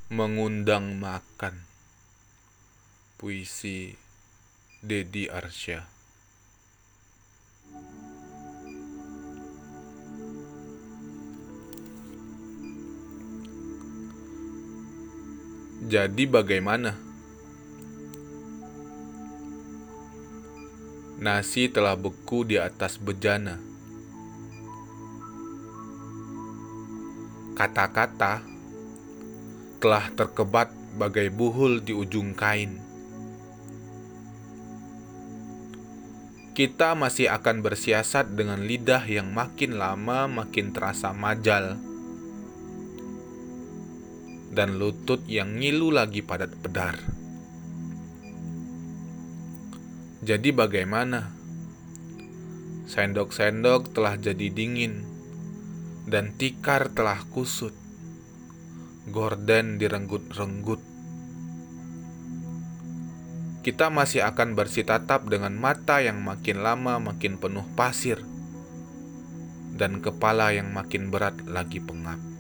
Mengundang makan. Puisi Dedi Arsya. Jadi bagaimana? Nasi telah beku di atas bejana. Kata-kata telah terkebat bagai buhul di ujung kain. Kita masih akan bersiasat dengan lidah yang makin lama makin terasa majal, dan lutut yang ngilu lagi padat pedar. Jadi bagaimana? Sendok-sendok telah jadi dingin, dan tikar telah kusut. Gorden direnggut-renggut. Kita masih akan bersitatap dengan mata yang makin lama makin penuh pasir, dan kepala yang makin berat lagi pengap.